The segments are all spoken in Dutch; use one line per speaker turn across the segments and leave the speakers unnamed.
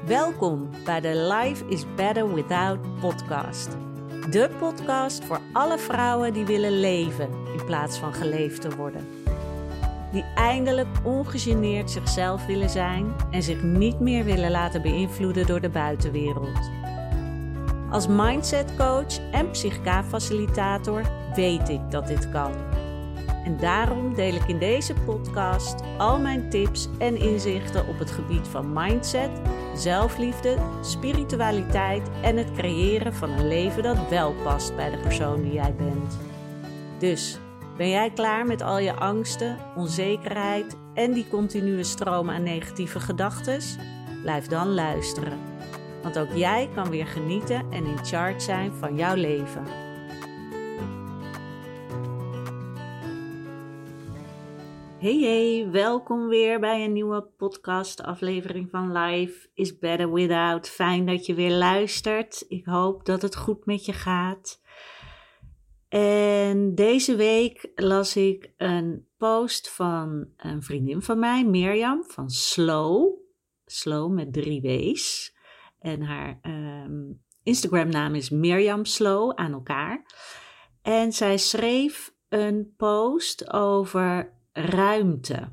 Welkom bij de Life is Better Without podcast. De podcast voor alle vrouwen die willen leven in plaats van geleefd te worden. Die eindelijk ongegeneerd zichzelf willen zijn en zich niet meer willen laten beïnvloeden door de buitenwereld. Als mindset coach en psychica-facilitator weet ik dat dit kan. En daarom deel ik in deze podcast al mijn tips en inzichten op het gebied van mindset, zelfliefde, spiritualiteit en het creëren van een leven dat wel past bij de persoon die jij bent. Dus, ben jij klaar met al je angsten, onzekerheid en die continue stroom aan negatieve gedachten? Blijf dan luisteren, want ook jij kan weer genieten en in charge zijn van jouw leven. Hey, welkom weer bij een nieuwe podcast-aflevering van Life is Better Without. Fijn dat je weer luistert. Ik hoop dat het goed met je gaat. En deze week las ik een post van een vriendin van mij, Mirjam, van Slow. Slow met 3 W's. En haar Instagram-naam is Mirjam Slow aan elkaar. En zij schreef een post over ruimte.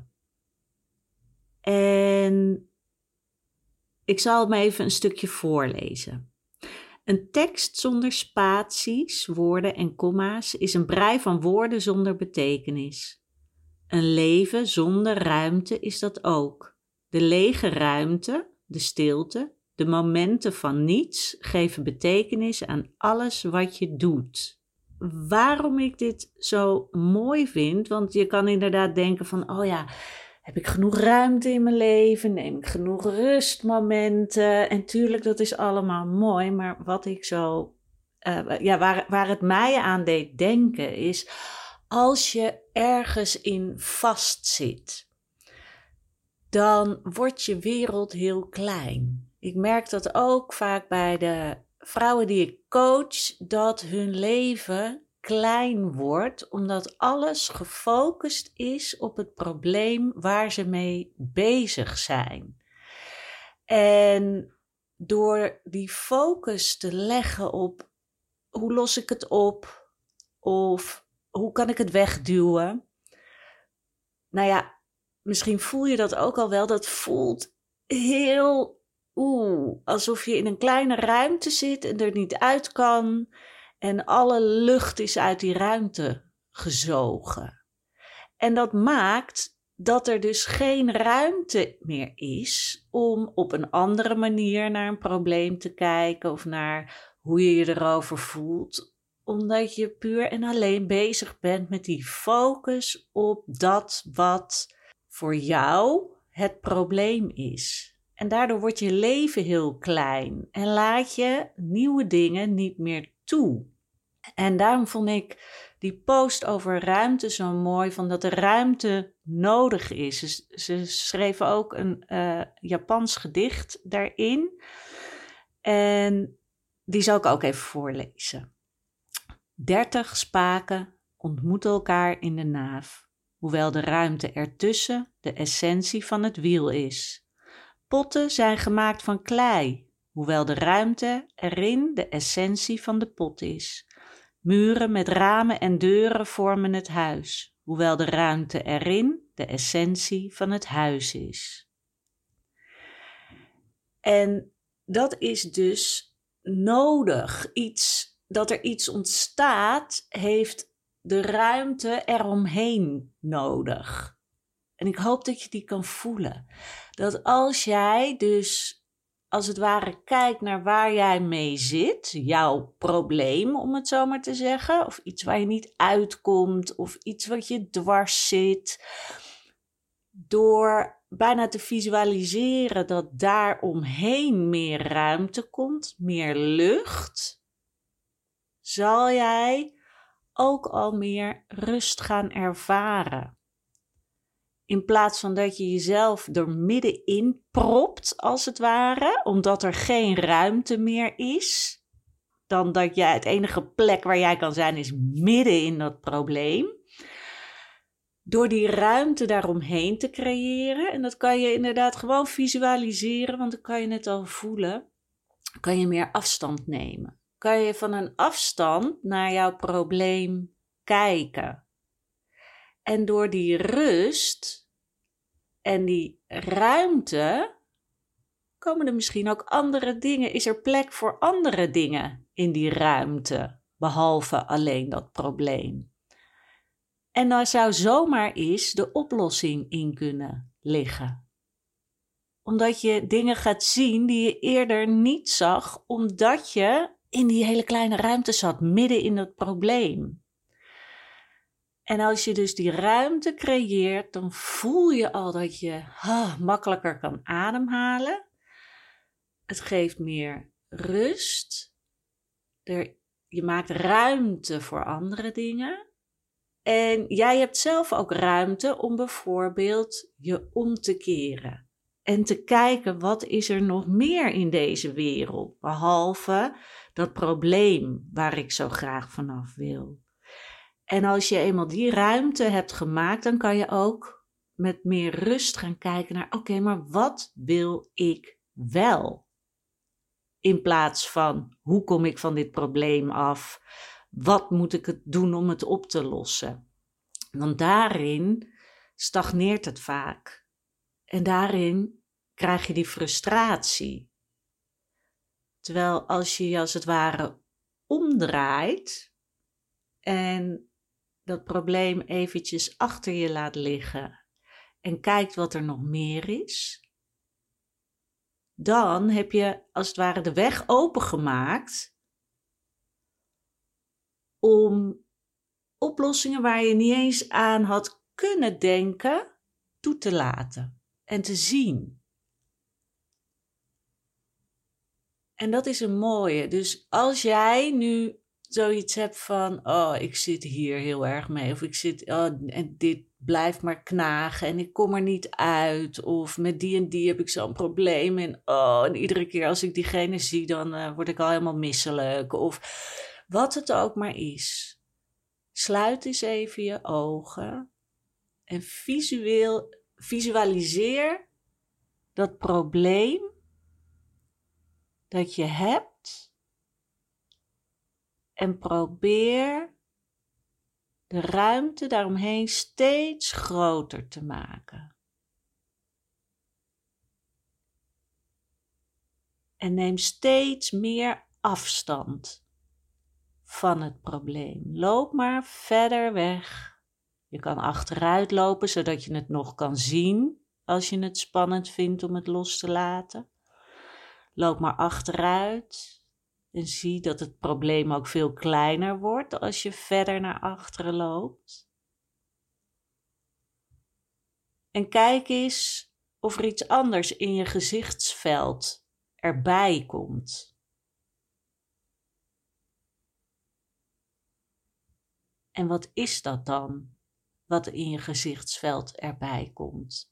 En ik zal hem even een stukje voorlezen. Een tekst zonder spaties, woorden en komma's is een brei van woorden zonder betekenis. Een leven zonder ruimte is dat ook. De lege ruimte, de stilte, de momenten van niets geven betekenis aan alles wat je doet. Waarom ik dit zo mooi vind, want je kan inderdaad denken van, oh ja, heb ik genoeg ruimte in mijn leven? Neem ik genoeg rustmomenten? En tuurlijk, dat is allemaal mooi, maar wat ik zo, waar het mij aan deed denken is, als je ergens in vastzit, dan wordt je wereld heel klein. Ik merk dat ook vaak bij de vrouwen die ik coach, dat hun leven klein wordt, omdat alles gefocust is op het probleem waar ze mee bezig zijn. En door die focus te leggen op hoe los ik het op of hoe kan ik het wegduwen. Nou ja, misschien voel je dat ook al wel, dat voelt heel alsof je in een kleine ruimte zit en er niet uit kan en alle lucht is uit die ruimte gezogen. En dat maakt dat er dus geen ruimte meer is om op een andere manier naar een probleem te kijken of naar hoe je je erover voelt, omdat je puur en alleen bezig bent met die focus op dat wat voor jou het probleem is. En daardoor wordt je leven heel klein en laat je nieuwe dingen niet meer toe. En daarom vond ik die post over ruimte zo mooi, van dat er ruimte nodig is. Ze schreven ook een Japans gedicht daarin. En die zal ik ook even voorlezen. 30 spaken ontmoeten elkaar in de naaf, hoewel de ruimte ertussen de essentie van het wiel is. Potten zijn gemaakt van klei, hoewel de ruimte erin de essentie van de pot is. Muren met ramen en deuren vormen het huis, hoewel de ruimte erin de essentie van het huis is. En dat is dus nodig. Dat er iets ontstaat, heeft de ruimte eromheen nodig. En ik hoop dat je die kan voelen. Dat als jij dus als het ware kijkt naar waar jij mee zit, jouw probleem om het zo maar te zeggen, of iets waar je niet uitkomt, of iets wat je dwars zit, door bijna te visualiseren dat daar omheen meer ruimte komt, meer lucht, zal jij ook al meer rust gaan ervaren. In plaats van dat je jezelf er middenin propt, als het ware, omdat er geen ruimte meer is, dan dat jij het enige plek waar jij kan zijn is midden in dat probleem. Door die ruimte daaromheen te creëren, en dat kan je inderdaad gewoon visualiseren, want dan kan je het al voelen, kan je meer afstand nemen. Kan je van een afstand naar jouw probleem kijken. En door die rust en die ruimte komen er misschien ook andere dingen. Is er plek voor andere dingen in die ruimte, behalve alleen dat probleem? En daar zou zomaar eens de oplossing in kunnen liggen. Omdat je dingen gaat zien die je eerder niet zag, omdat je in die hele kleine ruimte zat, midden in het probleem. En als je dus die ruimte creëert, dan voel je al dat je makkelijker kan ademhalen. Het geeft meer rust. Je maakt ruimte voor andere dingen. En jij hebt zelf ook ruimte om bijvoorbeeld je om te keren. En te kijken, wat is er nog meer in deze wereld, behalve dat probleem waar ik zo graag vanaf wil. En als je eenmaal die ruimte hebt gemaakt, dan kan je ook met meer rust gaan kijken naar, oké, maar wat wil ik wel? In plaats van, hoe kom ik van dit probleem af? Wat moet ik doen om het op te lossen? Want daarin stagneert het vaak. En daarin krijg je die frustratie. Terwijl als je als het ware omdraait en dat probleem eventjes achter je laat liggen en kijkt wat er nog meer is, dan heb je als het ware de weg opengemaakt om oplossingen waar je niet eens aan had kunnen denken, toe te laten en te zien. En dat is een mooie. Dus als jij nu zoiets hebt van, ik zit hier heel erg mee, of ik zit, en dit blijft maar knagen en ik kom er niet uit, of met die en die heb ik zo'n probleem en iedere keer als ik diegene zie, dan word ik al helemaal misselijk, of wat het ook maar is. Sluit eens even je ogen en visualiseer dat probleem dat je hebt en probeer de ruimte daaromheen steeds groter te maken. En neem steeds meer afstand van het probleem. Loop maar verder weg. Je kan achteruit lopen, zodat je het nog kan zien als je het spannend vindt om het los te laten. Loop maar achteruit en zie dat het probleem ook veel kleiner wordt als je verder naar achteren loopt. En kijk eens of er iets anders in je gezichtsveld erbij komt. En wat is dat dan, wat in je gezichtsveld erbij komt?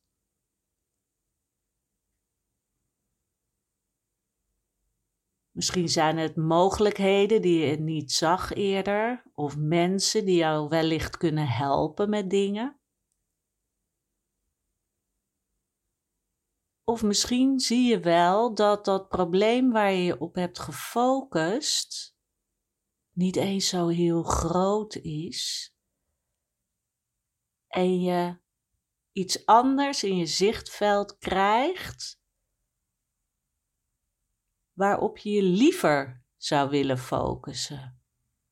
Misschien zijn het mogelijkheden die je niet zag eerder, of mensen die jou wellicht kunnen helpen met dingen. Of misschien zie je wel dat dat probleem waar je je op hebt gefocust niet eens zo heel groot is en je iets anders in je zichtveld krijgt waarop je je liever zou willen focussen.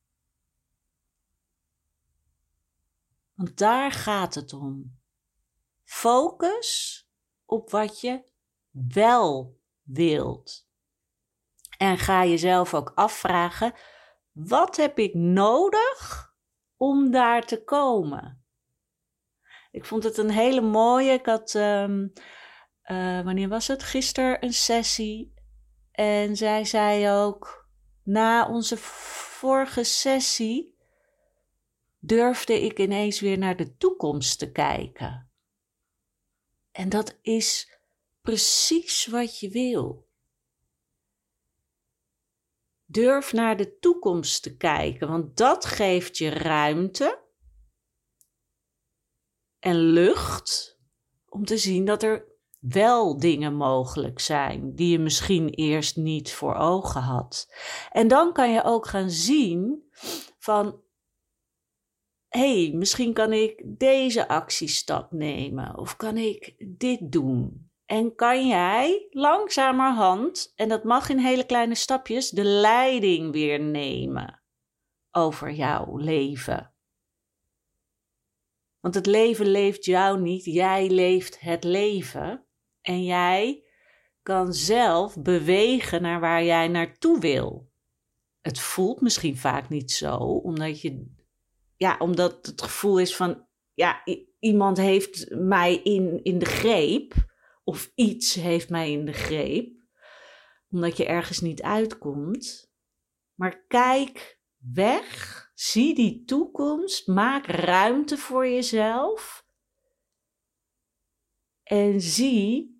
Want daar gaat het om. Focus op wat je wel wilt. En ga jezelf ook afvragen, wat heb ik nodig om daar te komen? Ik vond het een hele mooie. Ik had, wanneer was het? Gisteren een sessie. En zij zei ook, na onze vorige sessie durfde ik ineens weer naar de toekomst te kijken. En dat is precies wat je wil. Durf naar de toekomst te kijken, want dat geeft je ruimte en lucht om te zien dat er wel dingen mogelijk zijn die je misschien eerst niet voor ogen had. En dan kan je ook gaan zien van, hey, misschien kan ik deze actiestap nemen of kan ik dit doen. En kan jij langzamerhand, en dat mag in hele kleine stapjes, de leiding weer nemen over jouw leven. Want het leven leeft jou niet, jij leeft het leven. En jij kan zelf bewegen naar waar jij naartoe wil. Het voelt misschien vaak niet zo, omdat het gevoel is van, iemand heeft mij in de greep. Of iets heeft mij in de greep. Omdat je ergens niet uitkomt. Maar kijk weg, zie die toekomst, maak ruimte voor jezelf. En zie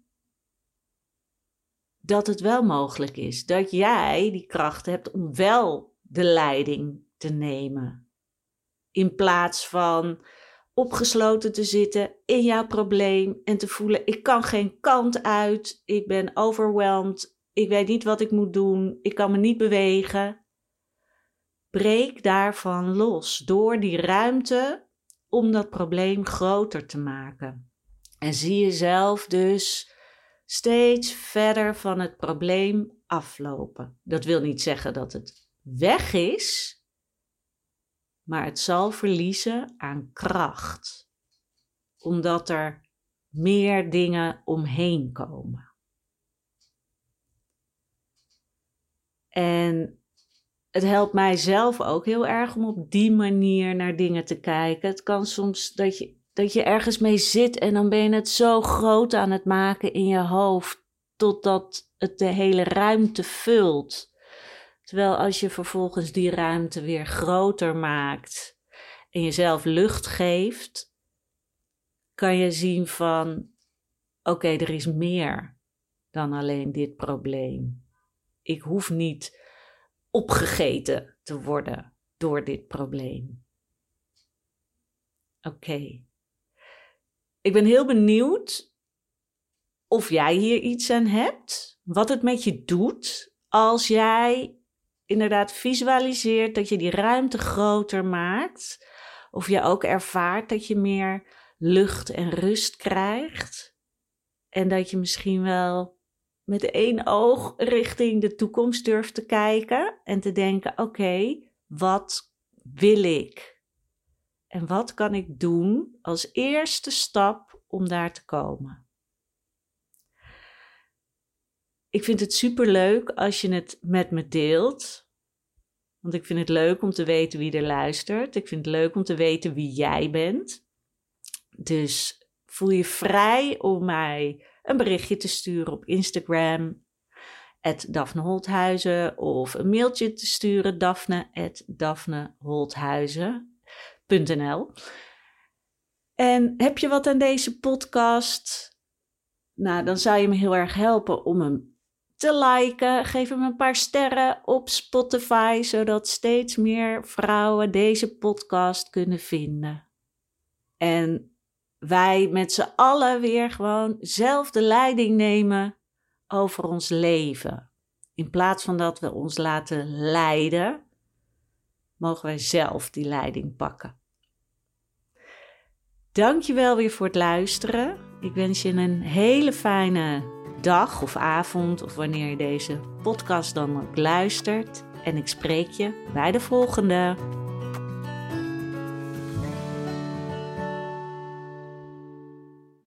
dat het wel mogelijk is. Dat jij die kracht hebt om wel de leiding te nemen. In plaats van opgesloten te zitten in jouw probleem en te voelen, ik kan geen kant uit, ik ben overwhelmed, ik weet niet wat ik moet doen, ik kan me niet bewegen. Breek daarvan los door die ruimte om dat probleem groter te maken. En zie jezelf dus steeds verder van het probleem aflopen. Dat wil niet zeggen dat het weg is, maar het zal verliezen aan kracht, omdat er meer dingen omheen komen. En het helpt mij zelf ook heel erg om op die manier naar dingen te kijken. Het kan soms dat je ergens mee zit en dan ben je het zo groot aan het maken in je hoofd, totdat het de hele ruimte vult. Terwijl als je vervolgens die ruimte weer groter maakt en jezelf lucht geeft, kan je zien van, oké, er is meer dan alleen dit probleem. Ik hoef niet opgegeten te worden door dit probleem. Oké. Ik ben heel benieuwd of jij hier iets aan hebt, wat het met je doet als jij inderdaad visualiseert dat je die ruimte groter maakt. Of je ook ervaart dat je meer lucht en rust krijgt. En dat je misschien wel met één oog richting de toekomst durft te kijken. En te denken, oké, wat wil ik? En wat kan ik doen als eerste stap om daar te komen? Ik vind het superleuk als je het met me deelt. Want ik vind het leuk om te weten wie er luistert. Ik vind het leuk om te weten wie jij bent. Dus voel je vrij om mij een berichtje te sturen op Instagram, @Daphne Holthuizen, of een mailtje te sturen, daphne@daphneholthuizen.nl. En heb je wat aan deze podcast? Nou, dan zou je me heel erg helpen om hem te liken. Geef hem een paar sterren op Spotify, zodat steeds meer vrouwen deze podcast kunnen vinden. En wij met z'n allen weer gewoon zelf de leiding nemen over ons leven. In plaats van dat we ons laten leiden, mogen wij zelf die leiding pakken. Dankjewel weer voor het luisteren. Ik wens je een hele fijne dag of avond of wanneer je deze podcast dan ook luistert. En ik spreek je bij de volgende.